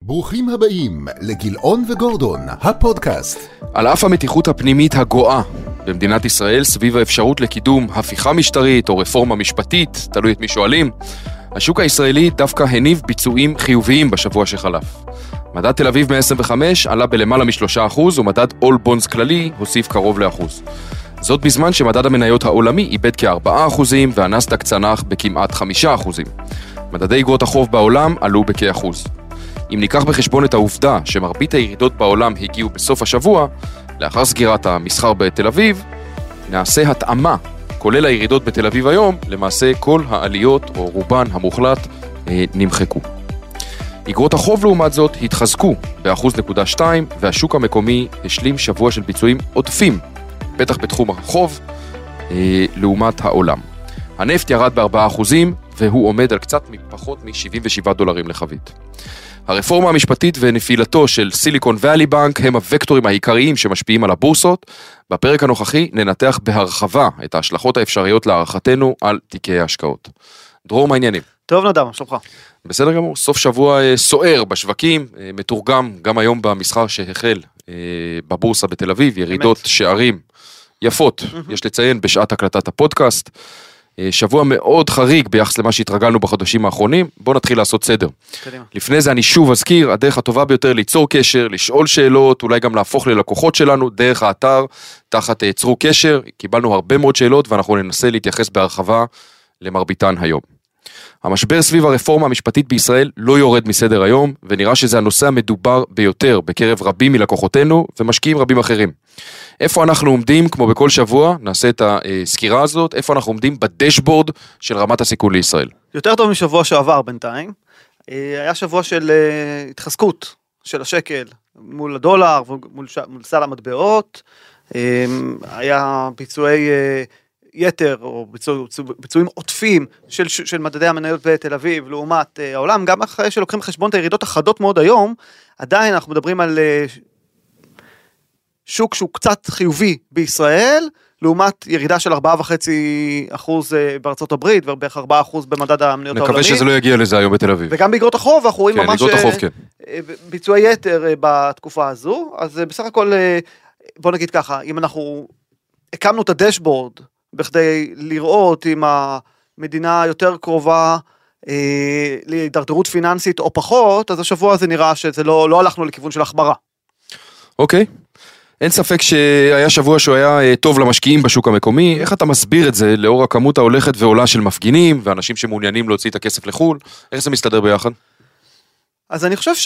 ברוכים הבאים לגילאון וגורדון, הפודקאסט. על אף המתיחות הפנימית הגואה במדינת ישראל סביב האפשרות לקידום הפיכה משטרית או רפורמה משפטית, תלוי את מי שואלים, השוק הישראלי דווקא הניב ביצועים חיוביים בשבוע שחלף. מדד תל אביב 125 עלה בלמעלה מ3% ומדד אול בונדס כללי הוסיף קרוב ל1%. זאת בזמן שמדד המניות העולמי איבד כ4% והנסדק צנח בכמעט 5%. מדדי אגרות החוב בעולם עלו בכ1%. אם ניקח בחשבון את העובדה שמרבית הירידות בעולם הגיעו בסוף השבוע, לאחר סגירת המסחר בתל אביב, נעשה התאמה, כולל הירידות בתל אביב היום, למעשה כל העליות או רובן המוחלט נמחקו. אגרות החוב לעומת זאת התחזקו ב1.2%, והשוק המקומי השלים שבוע של ביצועים עודפים, בטח בתחום החוב, לעומת העולם. הנפט ירד ב4%, והוא עומד על קצת פחות $77 לחבית. הרפורמה המשפטית ונפילתו של סיליקון ואלי בנק הם הוקטורים העיקריים שמשפיעים על הבורסות. בפרק הנוכחי ננתח בהרחבה את ההשלכות האפשריות להערכתנו על תיקי ההשקעות. דרור, מה העניינים? טוב נדם, שלומך. בסדר גמור, סוף שבוע סוער בשווקים, מתורגם גם היום במסחר שהחל בבורסה בתל אביב, ירידות שערים יפות, יש לציין בשעת הקלטת הפודקאסט. שבוע מאוד חריג ביחס למה שהתרגלנו בחודשים האחרונים. בואו נתחיל לעשות סדר. קדימה. לפני זה אני שוב אזכיר, הדרך הטובה ביותר ליצור קשר, לשאול שאלות, אולי גם להפוך ללקוחות שלנו, דרך האתר, תחת צרו קשר. קיבלנו הרבה מאוד שאלות ואנחנו ננסה להתייחס בהרחבה למרביתן היום. המשבר סביב הרפורמה המשפטית בישראל לא יורד מסדר היום, ונראה שזה הנושא המדובר ביותר בקרב רבים מלקוחותינו ומשקיעים רבים אחרים. איפה אנחנו עומדים, כמו בכל שבוע, נעשה את הסקירה הזאת, איפה אנחנו עומדים בדשבורד של רמת הסיכון לישראל. יותר טוב משבוע שעבר בינתיים, היה שבוע של התחזקות של השקל מול הדולר ומול סל המטבעות, היה ביצועי יתר או ביצועים עוטפים של מדדי המניות בתל אביב לעומת העולם, גם אחרי שלוקחים חשבון את הירידות החדות מאוד היום, עדיין אנחנו מדברים על שוק שהוא קצת חיובי בישראל, לעומת ירידה של 4.5% בארצות הברית, ובערך 4% במדד המניות העולמי. נקווה שזה לא יגיע לזה היום בתל אביב. וגם באגרות החוב, אנחנו רואים ממש כן. ביצועי יתר בתקופה הזו, אז בסך הכל, בוא נגיד ככה, אם אנחנו הקמנו את הדשבורד, בכדי לראות אם המדינה יותר קרובה להידרדרות פיננסית או פחות, אז השבוע הזה נראה שזה לא הלכנו לכיוון של החמרה. אוקיי. אין ספק שהיה שבוע שהוא היה טוב למשקיעים בשוק המקומי. איך אתה מסביר את זה לאור הכמות ההולכת ועולה של מפגינים ואנשים שמעוניינים להוציא את הכסף לחול? איך זה מסתדר ביחד? אז אני חושב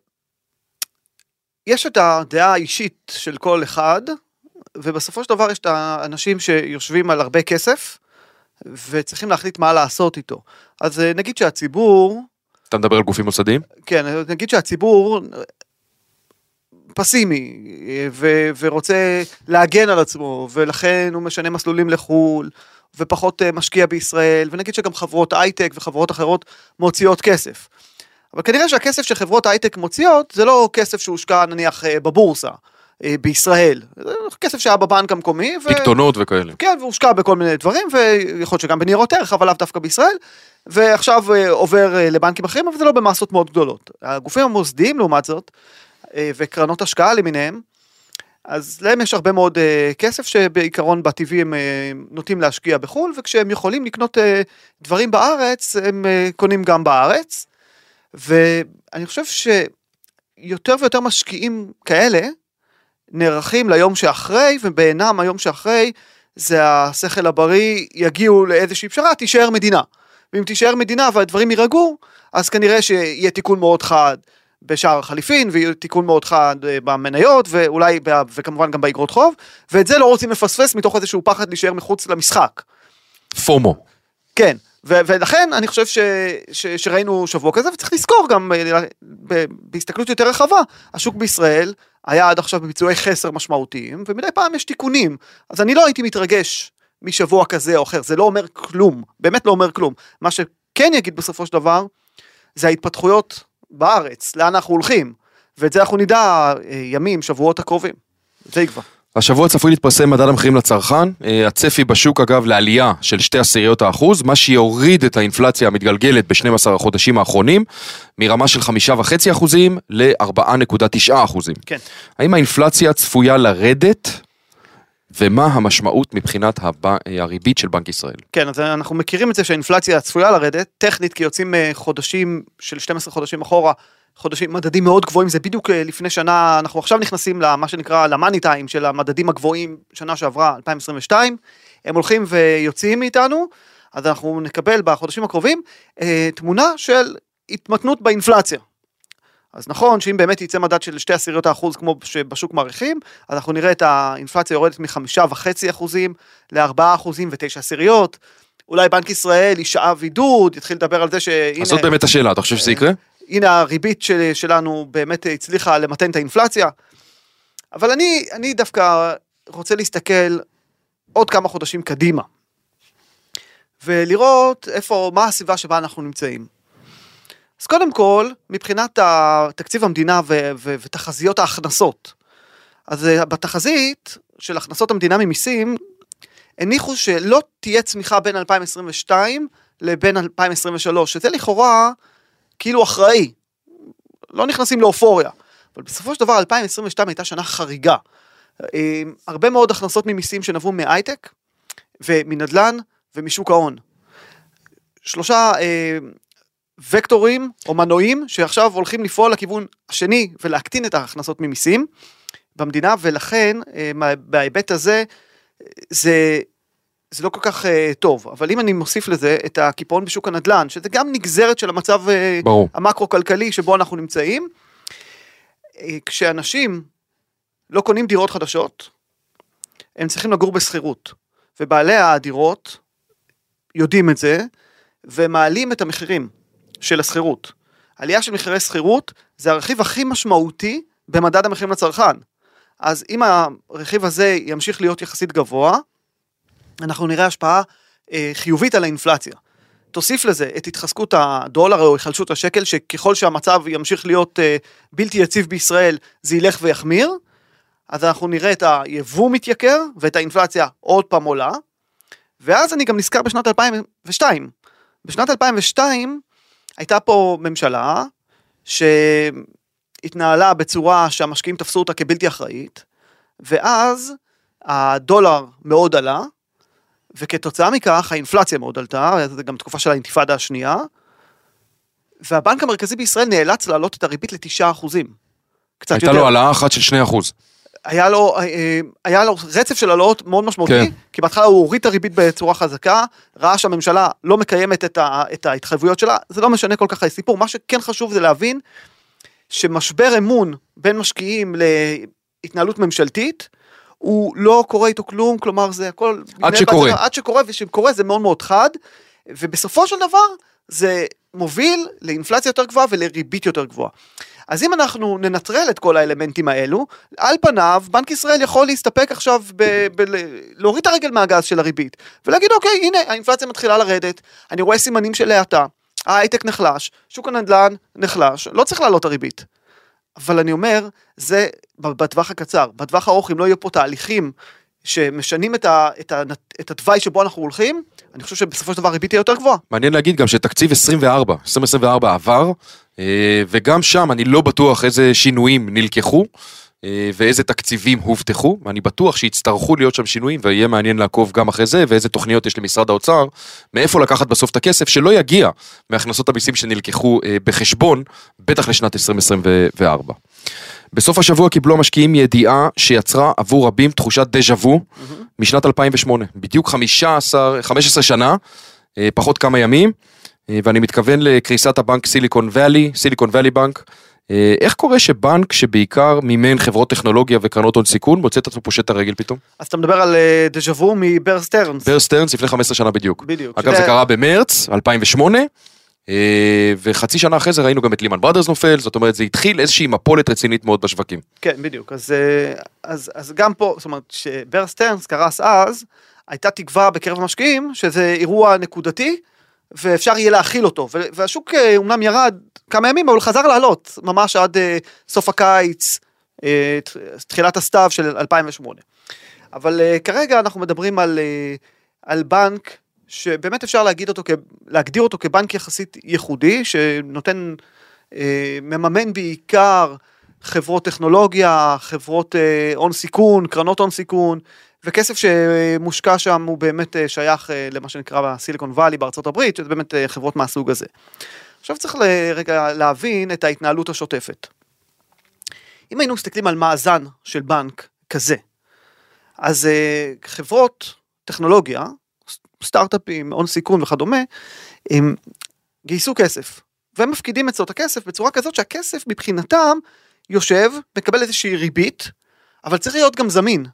שיש את הדעה האישית של כל אחד, ובסופו של דבר יש את האנשים שיושבים על הרבה כסף, וצריכים להחליט מה לעשות איתו. אז נגיד שהציבור... אתה מדבר על גופים מוסדיים? כן, נגיד שהציבור פסימי, ורוצה להגן על עצמו, ולכן הוא משנה מסלולים לחול, ופחות משקיע בישראל, ונגיד שגם חברות הייטק וחברות אחרות מוציאות כסף. אבל כנראה שהכסף שחברות הייטק מוציאות, זה לא כסף שהושקע נניח בבורסה, בישראל. זה כסף שהיה בבנק המקומי. פקטונות וכאלה. כן, והושקע בכל מיני דברים, ויכול להיות שגם בניירות ערך, אבל לאו דווקא בישראל, ועכשיו עובר לבנקים אחרים, אבל זה לא במסות מאוד גדולות. הגופים המוסדיים לעומת זאת, וקרנות השקעה למיניהם, אז להם יש הרבה מאוד כסף, שבעיקרון בטבעי הם נוטים להשקיע בחול, וכשהם יכולים לקנות דברים בארץ, הם קונים גם בארץ, ואני חושב שיותר ויותר משקיעים כאלה, נערכים ליום שאחרי, ובעינם היום שאחרי, זה השכל הבריא, יגיעו לאיזושהי פשרה, תישאר מדינה. ואם תישאר מדינה והדברים יירגעו, אז כנראה שיהיה תיקון מאוד חד בשער החליפין, ויהיה תיקון מאוד חד במניות, ואולי, וכמובן גם באגרות חוב, ואת זה לא רוצים לפספס מתוך איזשהו פחד להישאר מחוץ למשחק. פומו. כן, ולכן אני חושב שראינו שבוע כזה, וצריך לזכור גם בהסתכלות יותר רחבה, השוק בישראל היה עד עכשיו בביצועי חסר משמעותיים, ומדי פעם יש תיקונים, אז אני לא הייתי מתרגש משבוע כזה או אחר, זה לא אומר כלום, באמת לא אומר כלום. מה שכן יגיד בסופו של דבר, זה ההתפתחויות בארץ, לאן אנחנו הולכים, ואת זה אנחנו נדע ימים, שבועות הקרובים, זה יקבע. השבוע צפוי להתפרסם מדד המחירים לצרכן, הצפי בשוק אגב לעלייה של 0.2%, מה שיוריד את האינפלציה המתגלגלת ב-12 החודשים האחרונים, מרמה של 5.5% ל-4.9%. כן. האם האינפלציה צפויה לרדת, ומה המשמעות מבחינת הריבית של בנק ישראל? כן, אז אנחנו מכירים את זה שהאינפלציה צפויה לרדת, טכנית כי יוצאים חודשים של 12 חודשים אחורה, חודשים מדדים מאוד גבוהים, זה בדיוק לפני שנה, אנחנו עכשיו נכנסים למה שנקרא למאני טיים של המדדים הגבוהים, שנה שעברה, 2022, הם הולכים ויוצאים מאיתנו, אז אנחנו נקבל בחודשים הקרובים תמונה של התמתנות באינפלציה. אז נכון שאם באמת יצא מדד של 0.2% כמו שבשוק מעריכים, אז אנחנו נראה את האינפלציה יורדת מ5.5% ל4.9%, אולי בנק ישראל ישאב עידוד, יתחיל לדבר על זה שהנה... אז זאת באמת השאלה, אתה חושב שזה יקרה? הנה הריבית שלנו באמת הצליחה למתן את האינפלציה, אבל אני דווקא רוצה להסתכל עוד כמה חודשים קדימה, ולראות מה הסביבה שבה אנחנו נמצאים. אז קודם כל, מבחינת תקציב המדינה ותחזיות ההכנסות, אז בתחזית של הכנסות המדינה ממיסים, הניחו שלא תהיה צמיחה בין 2022 לבין 2023, שזה לכאורה כאילו אחראי, לא נכנסים לאופוריה, אבל בסופו של דבר 2022 הייתה שנה חריגה, הרבה מאוד הכנסות ממיסים שנבעו מהייטק, ומנדלן ומשוק ההון. שלושה וקטורים או מנועים שעכשיו הולכים לפעול לכיוון השני ולהקטין את ההכנסות ממיסים במדינה, ולכן בהיבט הזה זה לא כל כך טוב, אבל אם אני מוסיף לזה את הקיפאון בשוק הנדל"ן, שזה גם נגזרת של המצב המקרו-כלכלי שבו אנחנו נמצאים, כשאנשים לא קונים דירות חדשות, הם צריכים לגור בסחירות, ובעלי הדירות יודעים את זה, ומעלים את המחירים של הסחירות. עלייה של מחירי סחירות זה הרכיב הכי משמעותי במדד המחירים לצרכן. אז אם הרכיב הזה ימשיך להיות יחסית גבוה, אנחנו נראה השפעה חיובית על האינפלציה. תוסיף לזה את התחזקות הדולר או החלשות השקל, שככל שהמצב ימשיך להיות בלתי יציב בישראל, זה ילך ויחמיר, אז אנחנו נראה את היבוא מתייקר, ואת האינפלציה עוד פעם עולה, ואז אני גם נזכר בשנת 2002. בשנת 2002 הייתה פה ממשלה שהתנהלה בצורה שהמשקיעים תפסו אותה כבלתי אחראית, ואז הדולר מאוד עלה, וכתוצאה מכך האינפלציה מאוד עלתה, זה גם תקופה של האינתיפאדה השנייה, והבנק המרכזי בישראל נאלץ להעלות את הריבית ל9%. הייתה לו העלאה אחת של 2%. היה לו רצף של העלאות מאוד משמעותי, כן. כי בהתחלה הוא הוריד את הריבית בצורה חזקה, ראה שהממשלה לא מקיימת את ההתחייבויות שלה, זה לא משנה כל כך הסיפור, מה שכן חשוב זה להבין, שמשבר אמון בין משקיעים להתנהלות ממשלתית, הוא לא קורה איתו כלום, כלומר זה הכל... עד שקורה, ושקורה זה מאוד מאוד חד, ובסופו של דבר זה מוביל לאינפלציה יותר גבוהה ולריבית יותר גבוהה. אז אם אנחנו ננטרל את כל האלמנטים האלו, על פניו, בנק ישראל יכול להסתפק עכשיו להוריד את הרגל מהגז של הריבית, ולהגיד, אוקיי, הנה, האינפלציה מתחילה לרדת, אני רואה סימנים של להאטה, ההייטק נחלש, שוק הנדל"ן נחלש, לא צריך לעלות הריבית. אבל אני אומר, זה בטווח הקצר, בטווח הארוך, אם לא יהיו פה תהליכים שמשנים את התוואי שבו אנחנו הולכים, אני חושב שבסופו של דבר הריבית תהיה יותר גבוהה. מעניין להגיד גם שתקציב 2024 עבר, וגם שם אני לא בטוח איזה שינויים נלקחו, ואיזה תקציבים הובטחו, ואני בטוח שיצטרכו להיות שם שינויים, ויהיה מעניין לעקוב גם אחרי זה, ואיזה תוכניות יש למשרד האוצר, מאיפה לקחת בסוף את הכסף, שלא יגיע מהכנסות המיסים שנלקחו בחשבון, בטח לשנת 2024. בסוף השבוע קיבלו המשקיעים ידיעה שיצרה עבור רבים תחושת דז'ה וו משנת 2008, בדיוק 15 שנה, פחות כמה ימים, ואני מתכוון לקריסת הבנק סיליקון ואלי בנק. איך קורה שבנק שבעיקר מימן חברות טכנולוגיה וקרנות הון סיכון, מוצא את עצמו פושט הרגל פתאום? אז אתה מדבר על דז'ה וו מבר סטרנס. בר סטרנס לפני 15 שנה בדיוק. בדיוק. אגב זה קרה במרץ 2008, וחצי שנה אחרי זה ראינו גם את לימן ברדרס נופל, זאת אומרת זה התחיל איזושהי מפולת רצינית מאוד בשווקים. כן, בדיוק. אז גם פה, זאת אומרת שבר סטרנס קרס אז, הייתה תקווה בקרב המשקיעים שזה אירוע נקודתי, ואפשר יהיה להכיל אותו, והשוק אומנם ירד כמה ימים, אבל חזר לעלות, ממש עד סוף הקיץ, תחילת הסתיו של 2008. אבל כרגע אנחנו מדברים על בנק שבאמת אפשר להגדיר אותו כבנק יחסית ייחודי, שנותן, מממן בעיקר חברות טכנולוגיה, חברות הון סיכון, קרנות הון סיכון, וכסף שמושקע שם הוא באמת שייך למה שנקרא בסיליקון ואלי בארצות הברית, שזה באמת חברות מהסוג הזה. עכשיו צריך רגע להבין את ההתנהלות השוטפת. אם היינו מסתכלים על מאזן של בנק כזה, אז חברות טכנולוגיה, סטארט-אפים, הון סיכון וכדומה, הם גייסו כסף, והם מפקידים את הכסף בצורה כזאת שהכסף מבחינתם יושב, מקבל איזושהי ריבית, אבל צריך להיות גם זמין.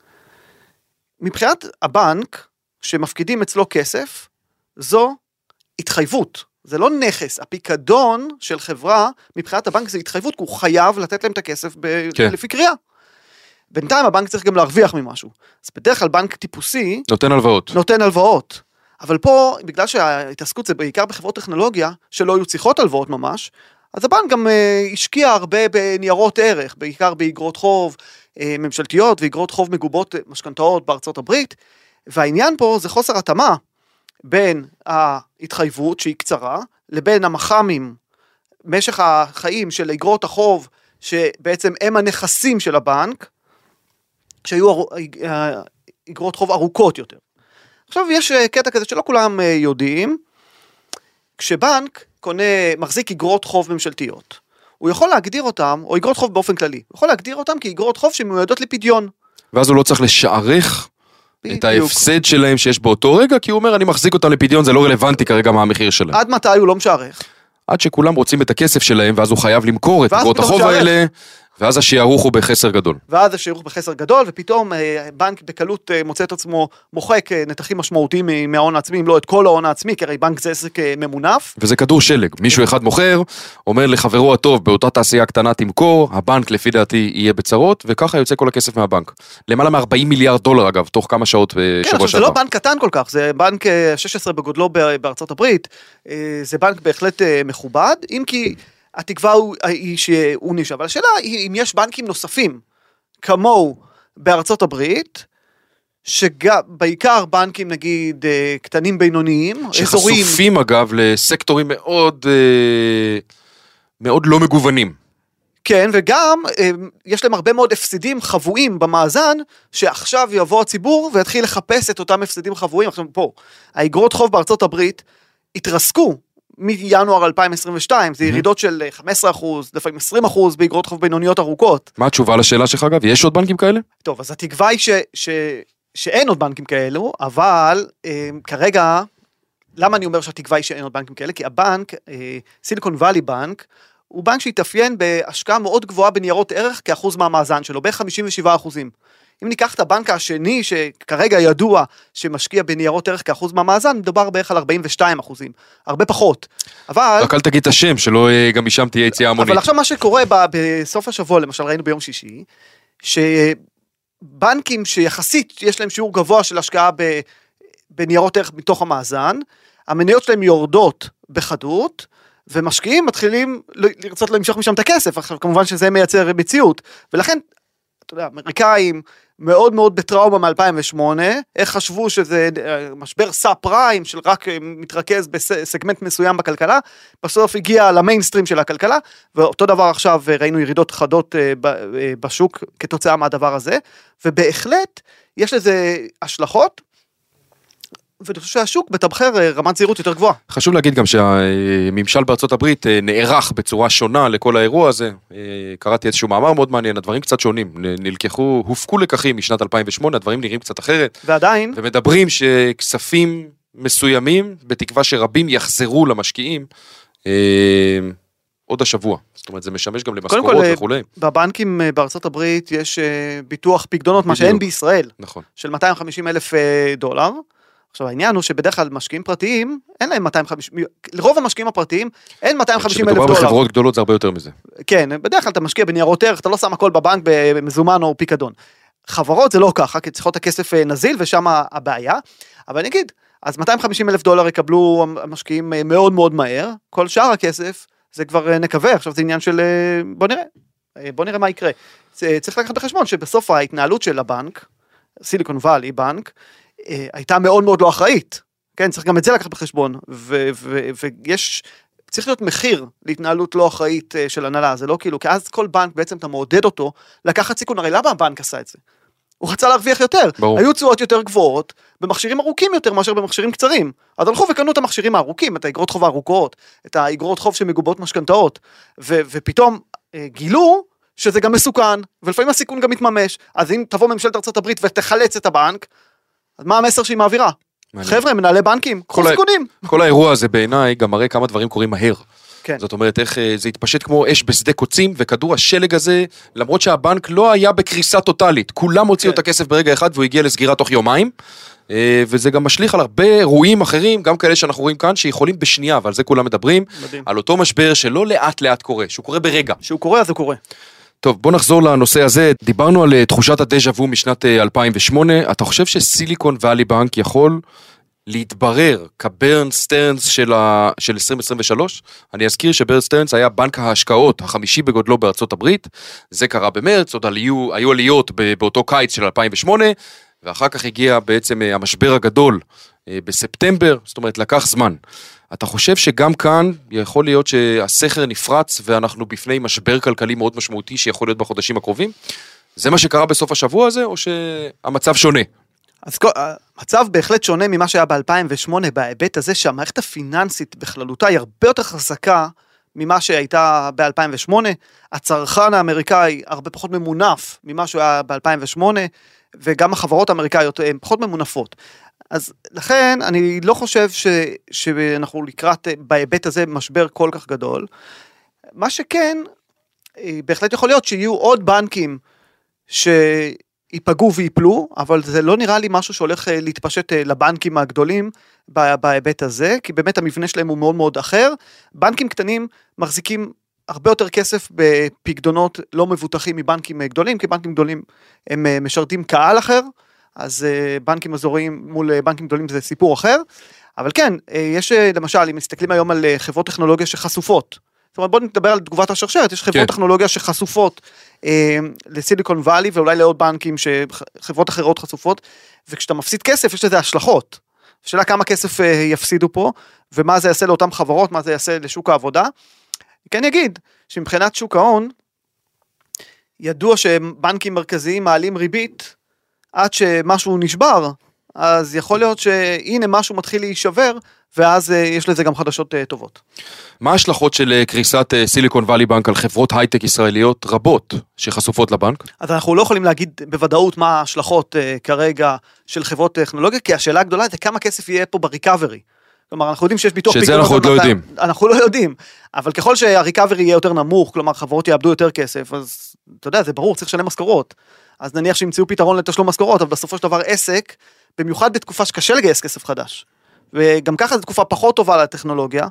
מבחינת הבנק, שמפקידים אצלו כסף, זו התחייבות, זה לא נכס, הפיקדון של חברה, מבחינת הבנק זה התחייבות, כי הוא חייב לתת להם את הכסף לפי קריאה. בינתיים הבנק צריך גם להרוויח ממשהו. אז בדרך כלל בנק טיפוסי נותן הלוואות. אבל פה, בגלל שההתעסקות זה בעיקר בחברות טכנולוגיה, שלא היו צריכות הלוואות ממש, אז הבנק גם השקיע הרבה בניירות ערך, בעיקר באגרות חוב ממשלתיות, ואגרות חוב מגובות משכנתאות בארצות הברית, והעניין פה זה חוסר התאמה, בין ההתחייבות שהיא קצרה, לבין המח"מים, משך החיים של אגרות החוב, שבעצם הם הנכסים של הבנק, שהיו אגרות חוב ארוכות יותר. עכשיו יש קטע כזה שלא כולם יודעים, כשבנק מחזיק אגרות חוב ממשלתיות, הוא יכול להגדיר אותם, או אגרות חוב באופן כללי, הוא יכול להגדיר אותם כאגרות חוב שמיועדות לפדיון. ואז הוא לא צריך לשערך את ההפסד שלהם שיש באותו רגע, כי הוא אומר, אני מחזיק אותם לפדיון, זה לא רלוונטי כרגע מה המחיר שלהם. עד מתי הוא לא משערך? עד שכולם רוצים את הכסף שלהם, ואז הוא חייב למכור את אגרות החוב האלה, ואז השערוך הוא בחסר גדול. ופתאום בנק בקלות מוצא את עצמו מוחק נתחים משמעותיים מההון העצמי, אם לא את כל ההון העצמי, כי הרי בנק זה עסק ממונף. וזה כדור שלג, מישהו אחד מוכר, אומר לחברו הטוב, באותה תעשייה קטנה תמכור, הבנק לפי דעתי יהיה בצרות, וככה יוצא כל הכסף מהבנק. למעלה מ$40 מיליארד אגב, תוך כמה שעות בשבוע זה לא בנק קטן כל כך, זה בנק 16 בגודלו בארצות הברית, זה בנק בהחלט מכובד, אם כי התקווה היא שהוא נשאר, אבל השאלה היא אם יש בנקים נוספים, כמוהו בארצות הברית, שבעיקר בנקים נגיד קטנים בינוניים, שחשופים אגב לסקטורים מאוד, מאוד לא מגוונים. כן, וגם יש להם הרבה מאוד הפסדים חבויים במאזן, שעכשיו יבוא הציבור ויתחיל לחפש את אותם הפסדים חבויים. עכשיו פה, האגרות חוב בארצות הברית התרסקו, מינואר 2022, זה ירידות של 15%, לפעמים 20% באגרות חוב בינוניות ארוכות. מה התשובה לשאלה שלך אגב? יש עוד בנקים כאלה? טוב, אז התקווה היא שאין עוד בנקים כאלו, אבל כרגע, למה אני אומר שהתקווה היא שאין עוד בנקים כאלה? כי הבנק, סיליקון ואלי בנק, הוא בנק שהתאפיין בהשקעה מאוד גבוהה בניירות ערך כאחוז מהמאזן שלו, ב-57%. אם ניקח את הבנק השני, שכרגע ידוע שמשקיע בניירות ערך כאחוז מהמאזן, מדובר בערך על 42%, הרבה פחות. אבל רק אל תגיד את השם, שלא גם משם תהיה יציאה המונית. אבל עכשיו מה שקורה בסוף השבוע, למשל ראינו ביום שישי, שבנקים שיחסית יש להם שיעור גבוה של השקעה בניירות ערך מתוך המאזן, המניות שלהם יורדות בחדות, ומשקיעים מתחילים לרצות למשוך משם את הכסף, עכשיו כמובן שזה מייצר מציאות, ולכן, אתה יודע, אמריקאים מאוד מאוד בטראומה מ-2008, איך חשבו שזה משבר סאב פריים, של רק מתרכז בסגמנט מסוים בכלכלה, בסוף הגיע למיינסטרים של הכלכלה, ואותו דבר עכשיו ראינו ירידות חדות בשוק כתוצאה מהדבר הזה, ובהחלט יש לזה השלכות, ואני חושב שהשוק בתמחר רמת זהירות יותר גבוהה. חשוב להגיד גם שהממשל בארצות הברית נערך בצורה שונה לכל האירוע הזה. קראתי איזשהו מאמר מאוד מעניין, הדברים קצת שונים. הופקו לקחים משנת 2008, הדברים נראים קצת אחרת. ועדיין. ומדברים שכספים מסוימים, בתקווה שרבים יחזרו למשקיעים, עוד השבוע. זאת אומרת, זה משמש גם למשכורות וכו'. בבנקים בארצות הברית יש ביטוח פקדונות, מה שאין בישראל. נכון. של $250,000. עכשיו העניין הוא שבדרך כלל משקיעים פרטיים, אין להם 250, לרוב המשקיעים הפרטיים, אין $250,000. כשמדובר בחברות גדולות זה הרבה יותר מזה. כן, בדרך כלל אתה משקיע בניירות ערך, אתה לא שם הכל בבנק במזומן או פיקדון. חברות זה לא ככה, כי צריכות הכסף נזיל, ושם הבעיה. אבל נגיד, אז $250,000 יקבלו המשקיעים מאוד מאוד מהר, כל שאר הכסף, זה כבר נקווה, עכשיו זה עניין של, בוא נראה מה יקרה. צריך לקחת בחשבון שבסוף ההתנהלות של הבנק, סיליקון ואלי בנק, הייתה מאוד מאוד לא אחראית, כן, צריך גם את זה לקחת בחשבון, ויש, צריך להיות מחיר להתנהלות לא אחראית של הנהלה, זה לא כאילו, כי אז כל בנק בעצם אתה מעודד אותו לקחת סיכון, הרי למה הבנק עשה את זה? הוא רצה להרוויח יותר, היו תשואות יותר גבוהות, במכשירים ארוכים יותר מאשר במכשירים קצרים, אז הלכו וקנו את המכשירים הארוכים, את האגרות חוב הארוכות, את האגרות חוב שמגובות משכנתאות, ופתאום גילו שזה גם מסוכן, ולפעמים הסיכון גם מתממש, אז אם תבוא ממשלת ארצות הברית ותחלץ את הבנק, אז מה המסר שהיא מעבירה? חבר'ה, מנהלי בנקים, קחו סיכונים. כל האירוע הזה בעיניי גם מראה כמה דברים קורים מהר. כן. זאת אומרת, איך זה התפשט כמו אש בשדה קוצים, וכדור השלג הזה, למרות שהבנק לא היה בקריסה טוטלית, כולם הוציאו את הכסף ברגע אחד, והוא הגיע לסגירה תוך יומיים, וזה גם משליך על הרבה אירועים אחרים, גם כאלה שאנחנו רואים כאן, שיכולים בשנייה, ועל זה כולם מדברים, על אותו משבר שלא לאט לאט קורה, שהוא קורה ברגע. שהוא קורה, אז הוא קורה. טוב, בוא נחזור לנושא הזה. דיברנו על תחושת הדז'ה וו משנת 2008. אתה חושב שסיליקון ואלי בנק יכול להתברר כברן סטרנס של 2023? אני אזכיר שברן סטרנס היה בנק ההשקעות החמישי בגודלו בארצות הברית. זה קרה במרץ, עוד היו עליות באותו קיץ של 2008, ואחר כך הגיע בעצם המשבר הגדול בספטמבר, זאת אומרת לקח זמן. אתה חושב שגם כאן יכול להיות שהסכר נפרץ ואנחנו בפני משבר כלכלי מאוד משמעותי שיכול להיות בחודשים הקרובים? זה מה שקרה בסוף השבוע הזה או שהמצב שונה? אז המצב בהחלט שונה ממה שהיה ב-2008 בהיבט הזה שהמערכת הפיננסית בכללותה היא הרבה יותר חזקה ממה שהייתה ב-2008, הצרכן האמריקאי הרבה פחות ממונף ממה שהיה ב-2008 וגם החברות האמריקאיות הן פחות ממונפות. אז לכן אני לא חושב שאנחנו לקראת בהיבט הזה משבר כל כך גדול. מה שכן, בהחלט יכול להיות שיהיו עוד בנקים שיפגעו ויפלו, אבל זה לא נראה לי משהו שהולך להתפשט לבנקים הגדולים בהיבט הזה, כי באמת המבנה שלהם הוא מאוד מאוד אחר. בנקים קטנים מחזיקים הרבה יותר כסף בפקדונות לא מבוטחים מבנקים גדולים, כי בנקים גדולים הם משרתים קהל אחר, אז בנקים אזוריים מול בנקים גדולים זה סיפור אחר, אבל כן, יש למשל, אם מסתכלים היום על חברות טכנולוגיה שחשופות, זאת אומרת בואו נדבר על תגובת השרשרת, יש חברות טכנולוגיה שחשופות לסיליקון ואלי ואולי לעוד בנקים שחברות אחרות חשופות, וכשאתה מפסיד כסף יש לזה השלכות, שאלה כמה כסף יפסידו פה, ומה זה יעשה לאותן חברות, מה זה יעשה לשוק העבודה. כן יגיד שמבחינת שוק ההון, ידוע שבנקים מרכזיים מעלים ריבית, עד שמשהו נשבר, אז יכול להיות שהנה משהו מתחיל להישבר, ואז יש לזה גם חדשות טובות. מה ההשלכות של קריסת סיליקון ואלי בנק על חברות הייטק ישראליות רבות שחשופות לבנק? אז אנחנו לא יכולים להגיד בוודאות מה ההשלכות כרגע של חברות טכנולוגיה, כי השאלה הגדולה זה כמה כסף יהיה פה בריקאברי. כלומר, אנחנו יודעים שיש ביטוח שזה אנחנו עוד לא יודעים. אנחנו לא יודעים, אבל ככל שהריקאברי יהיה יותר נמוך, כלומר חברות יאבדו יותר כסף, אז אתה יודע, זה ברור, צריך לשלם משכורות. אז נניח שימצאו פתרון לתשלום משכורות, אבל בסופו של דבר עסק, במיוחד בתקופה שקשה לגייס כסף חדש, וגם ככה זו תקופה פחות טובה לטכנולוגיה,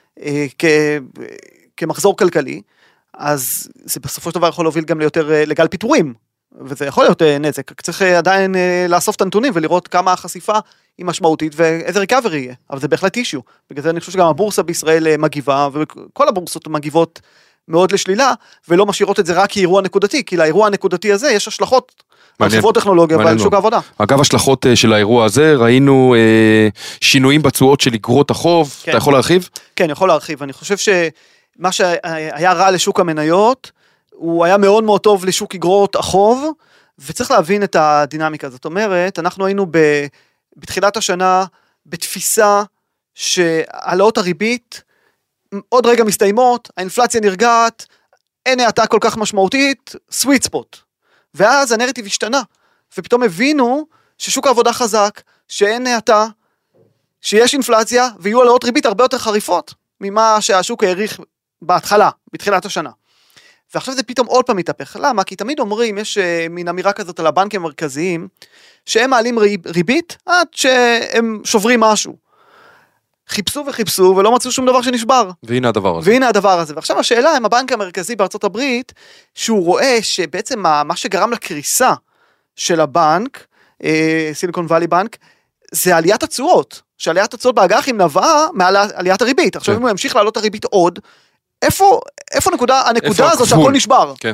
כמחזור כלכלי, אז זה בסופו של דבר יכול להוביל גם ליותר לגל פיטורים, וזה יכול להיות נזק, צריך עדיין לאסוף את הנתונים, ולראות כמה החשיפה היא משמעותית, ואיזה ריקאברי יהיה, אבל זה בהחלט אישיו, בגלל זה אני חושב שגם הבורסה בישראל מגיבה, וכל הבורסות מגיבות מאוד לשלילה, ולא משאירות את זה רק כאירוע נקודתי, כי לאירוע הנקודתי הזה יש השלכות על חברות טכנולוגיה ועל שוק העבודה. אגב, השלכות של האירוע הזה, ראינו שינויים בתשואות של אגרות החוב, אתה יכול להרחיב? כן, יכול להרחיב. אני חושב שמה שהיה רע לשוק המניות, הוא היה מאוד מאוד טוב לשוק אגרות החוב, וצריך להבין את הדינמיקה. זאת אומרת, אנחנו היינו בתחילת השנה, בתפיסה שהעלאות הריבית, עוד רגע מסתיימות, האינפלציה נרגעת, אין האטה כל כך משמעותית, סוויט ספוט. ואז הנרטיב השתנה, ופתאום הבינו ששוק העבודה חזק, שאין האטה, שיש אינפלציה, ויהיו העלאות ריבית הרבה יותר חריפות, ממה שהשוק העריך בהתחלה, בתחילת השנה. ועכשיו זה פתאום עוד פעם מתהפך. למה? כי תמיד אומרים, יש מין אמירה כזאת על הבנקים המרכזיים, שהם מעלים ריבית, עד שהם שוברים משהו. חיפשו וחיפשו, ולא מצאו שום דבר שנשבר. והנה הדבר הזה. ועכשיו השאלה, אם הבנק המרכזי בארצות הברית, שהוא רואה שבעצם מה שגרם לקריסה של הבנק, סיליקון ואלי בנק, זה עליית התשואות. שעליית התשואות באג"חים נבעה מעליית הריבית. עכשיו אם הוא ימשיך לעלות הריבית עוד, איפה הנקודה הזו שהכל נשבר? כן.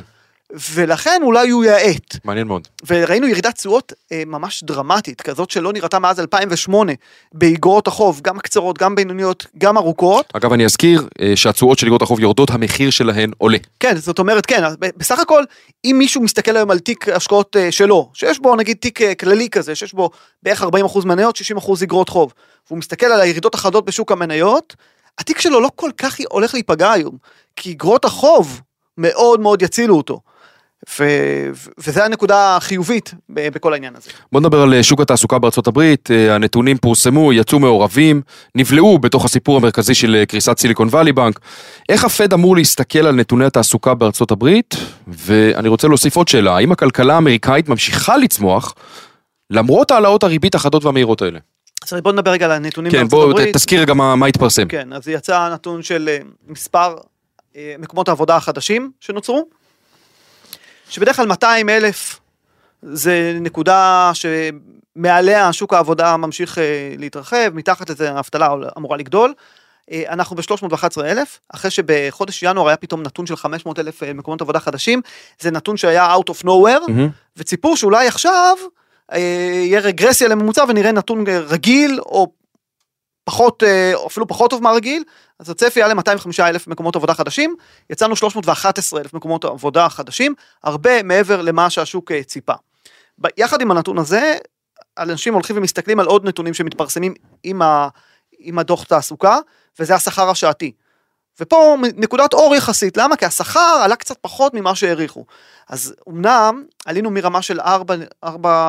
ולכן אולי הוא יעט. מעניין מאוד. וראינו ירידת תשואות ממש דרמטית, כזאת שלא נראתה מאז 2008, באגרות החוב, גם קצרות, גם בינוניות, גם ארוכות. אגב, אני אזכיר שהתשואות של אגרות החוב יורדות, המחיר שלהן עולה. כן, זאת אומרת, כן, בסך הכל, אם מישהו מסתכל היום על תיק השקעות שלו, שיש בו נגיד תיק כללי כזה, שיש בו בערך 40% מניות, 60% אגרות חוב, והוא מסתכל על הירידות החדות בשוק המניות, התיק שלו לא כל כך הולך להיפגע היום, כי אגרות החוב מאוד מאוד יצילו אותו. וזה הנקודה החיובית בכל העניין הזה. בוא נדבר על שוק התעסוקה בארצות הברית, הנתונים פורסמו, יצאו מעורבים, נבלעו בתוך הסיפור המרכזי של קריסת סיליקון ואלי בנק. איך הפד אמור להסתכל על נתוני התעסוקה בארצות הברית? ואני רוצה להוסיף עוד שאלה, האם הכלכלה האמריקאית ממשיכה לצמוח, למרות העלאות הריבית החדות והמהירות האלה? אז בוא נדבר רגע על הנתונים כן, בארצות הברית. כן, בוא תזכיר רגע מה התפרסם. כן, אז יצא נתון של מספר מקומות העבודה החדשים שנוצרו, שבדרך כלל 200,000 זה נקודה שמעליה שוק העבודה ממשיך להתרחב, מתחת לזה האבטלה אמורה לגדול, אנחנו ב-311,000, אחרי שבחודש ינואר היה פתאום נתון של 500,000 מקומות עבודה חדשים, זה נתון שהיה out of nowhere, וציפור שאולי עכשיו יהיה רגרסיה לממוצע ונראה נתון רגיל, או פחות, אפילו פחות טוב מהרגיל, אז הצפי היה ל-205,000 מקומות עבודה חדשים, יצאנו 311,000 מקומות עבודה חדשים, הרבה מעבר למה שהשוק ציפה. יחד עם הנתון הזה, אנשים הולכים ומסתכלים על עוד נתונים שמתפרסמים עם הדוח תעסוקה, וזה השכר השעתי. ופה נקודת אור יחסית, למה? כי השכר עלה קצת פחות ממה שהעריכו. אז אמנם עלינו מרמה של 4%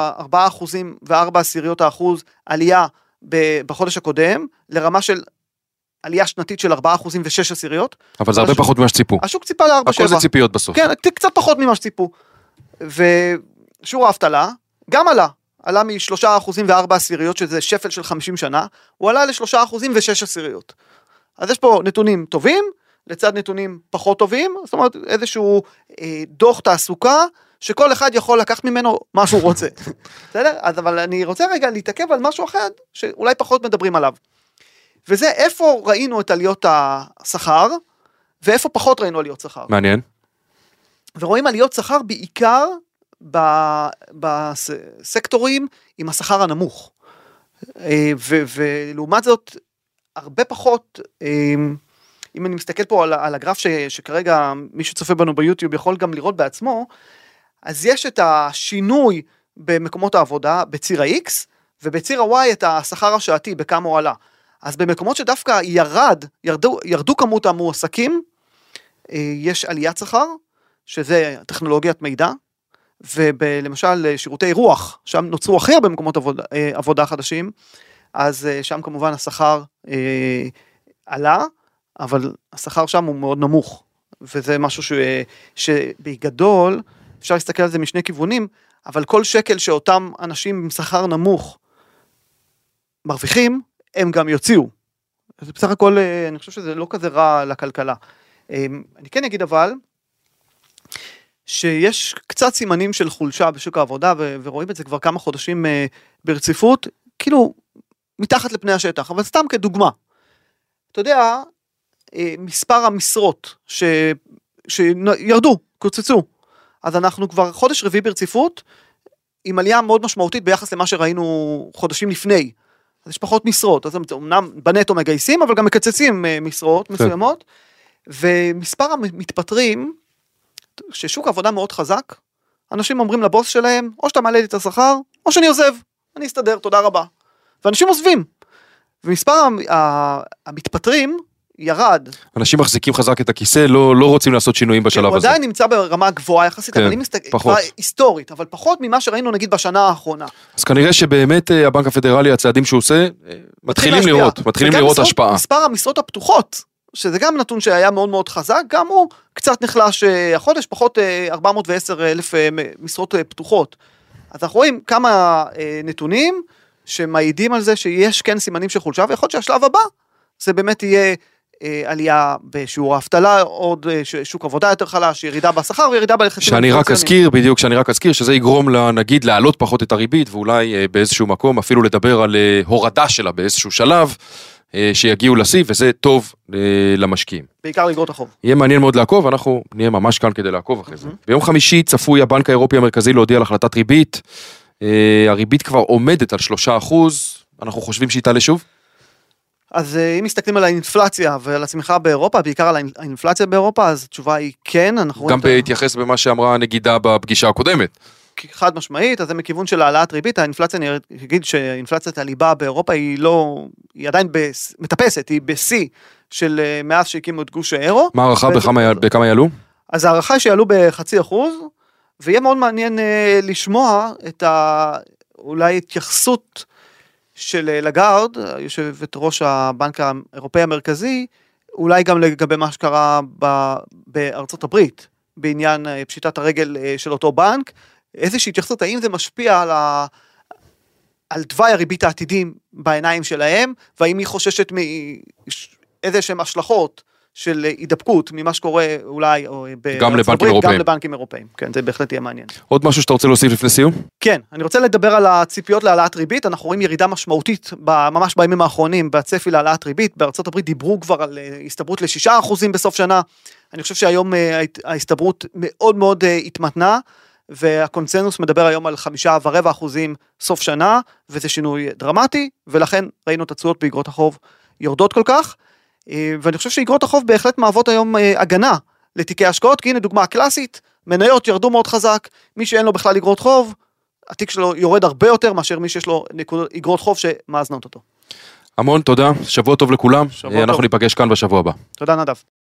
ו4% עלייה בחודש הקודם, לרמה של עלייה שנתית של 4% ו6%. אבל זה הרבה פחות ממה שציפו. השוק ציפה ל4.7. הכל זה ציפיות בסוף. כן, קצת פחות ממה שציפו. ושיעור האבטלה גם עלה מ3% ו4%, שזה שפל של 50 שנה, הוא עלה ל3% ו6%. אז יש פה נתונים טובים, לצד נתונים פחות טובים, זאת אומרת איזשהו דוח תעסוקה, שכל אחד יכול לקחת ממנו מה שהוא רוצה. בסדר? אבל אני רוצה רגע להתעכב על משהו אחר, שאולי פחות מדברים עליו. וזה איפה ראינו את עליות השכר, ואיפה פחות ראינו עליות שכר. מעניין. ורואים עליות שכר בעיקר בסקטורים עם השכר הנמוך. ולעומת זאת, הרבה פחות, אם אני מסתכל פה על הגרף שכרגע מי שצופה בנו ביוטיוב יכול גם לראות בעצמו, אז יש את השינוי במקומות העבודה בציר ה-X, ובציר ה-Y את השכר השעתי בכמה הוא עלה. אז במקומות שדווקא ירדו כמות המועסקים, יש עליית שכר, שזה טכנולוגיית מידע, ולמשל שירותי רוח, שם נוצרו הכי הרבה מקומות עבודה חדשים, אז שם כמובן השכר עלה, אבל השכר שם הוא מאוד נמוך, וזה משהו שבגדול, אפשר להסתכל על זה משני כיוונים, אבל כל שקל שאותם אנשים עם שכר נמוך מרוויחים, הם גם יוציאו. אז בסך הכל, אני חושב שזה לא כזה רע לכלכלה. אני כן אגיד אבל, שיש קצת סימנים של חולשה בשוק העבודה, ורואים את זה כבר כמה חודשים ברציפות, כאילו מתחת לפני השטח, אבל סתם כדוגמה. אתה יודע, מספר המשרות שירדו, קוצצו, אז אנחנו כבר חודש רביעי ברציפות, עם עלייה מאוד משמעותית ביחס למה שראינו חודשים לפני. אז יש פחות משרות, אז אמנם בנטו מגייסים, אבל גם מקצצים משרות מסוימות, ומספר המתפטרים, ששוק העבודה מאוד חזק, אנשים אומרים לבוס שלהם, או שאתה מעלה לי את השכר, או שאני עוזב, אני אסתדר, תודה רבה. ואנשים עוזבים. ומספר המתפטרים ירד. אנשים מחזיקים חזק את הכיסא, לא רוצים לעשות שינויים בשלב הזה. הוא עדיין נמצא ברמה גבוהה יחסית, אבל כבר היסטורית, אבל פחות ממה שראינו נגיד בשנה האחרונה. אז כנראה שבאמת הבנק הפדרלי, הצעדים שהוא עושה, מתחילים לראות השפעה. מספר המשרות הפתוחות, שזה גם נתון שהיה מאוד מאוד חזק, גם הוא קצת נחלש החודש, פחות 410,000 משרות פתוחות. אז אנחנו רואים כמה נתונים שמעידים על זה שיש כן סימנים של חולשה, ויכול להיות שהשלב הבא זה באמת יהיה עלייה בשיעור האבטלה, עוד שוק עבודה יותר חלש, ירידה בשכר וירידה בלחצים. שאני רק אזכיר שזה יגרום לנגיד להעלות פחות את הריבית, ואולי באיזשהו מקום אפילו לדבר על הורדה שלה באיזשהו שלב, שיגיעו לשיא, וזה טוב למשקיעים. בעיקר לאגרות החוב. יהיה מעניין מאוד לעקוב, אנחנו נהיה ממש כאן כדי לעקוב אחרי זה. ביום חמישי צפוי הבנק האירופי המרכזי להודיע על החלטת ריבית, הריבית כבר עומדת על 3%, אנחנו חושבים שהיא תעלה שוב? אז אם מסתכלים על האינפלציה ועל הצמיחה באירופה, בעיקר על האינפלציה באירופה, אז התשובה היא כן. גם בהתייחס במה שאמרה הנגידה בפגישה הקודמת. חד משמעית, אז זה מכיוון של העלאת ריבית, האינפלציה, אני אגיד שאינפלציית הליבה באירופה היא עדיין מטפסת, היא בשיא של מאז שהקימו את גוש האירו. מה הערכה בכמה יעלו? אז הערכה היא שיעלו ב0.5%, ויהיה מאוד מעניין לשמוע את אולי התייחסות של לגארד, יושבת ראש הבנק האירופאי המרכזי, אולי גם לגבי מה שקרה בארצות הברית, בעניין פשיטת הרגל של אותו בנק, איזושהי התייחסות, האם זה משפיע על תוואי הריבית העתידים בעיניים שלהם, והאם היא חוששת מאיזשהם השלכות של הידבקות ממה שקורה אולי גם לבנקים אירופאים. כן, זה בהחלט יהיה מעניין. עוד משהו שאתה רוצה להוסיף לפני סיום? כן, אני רוצה לדבר על הציפיות להעלאת ריבית, אנחנו רואים ירידה משמעותית ממש בימים האחרונים בצפי להעלאת ריבית, בארצות הברית דיברו כבר על הסתברות ל6% בסוף שנה, אני חושב שהיום ההסתברות מאוד מאוד התמתנה, והקונצנזוס מדבר היום על 5.25% סוף שנה, וזה שינוי דרמטי, ולכן ראינו את התשואות באגרות החוב יורדות כל כך, ואני חושב שאגרות החוב בהחלט מהוות היום הגנה לתיקי השקעות, כי הנה דוגמה קלאסית, מניות ירדו מאוד חזק, מי שאין לו בכלל אגרות חוב, התיק שלו יורד הרבה יותר מאשר מי שיש לו אגרות חוב שמאזנות אותו. המון תודה, שבוע טוב לכולם, אנחנו ניפגש כאן בשבוע הבא. תודה נדב.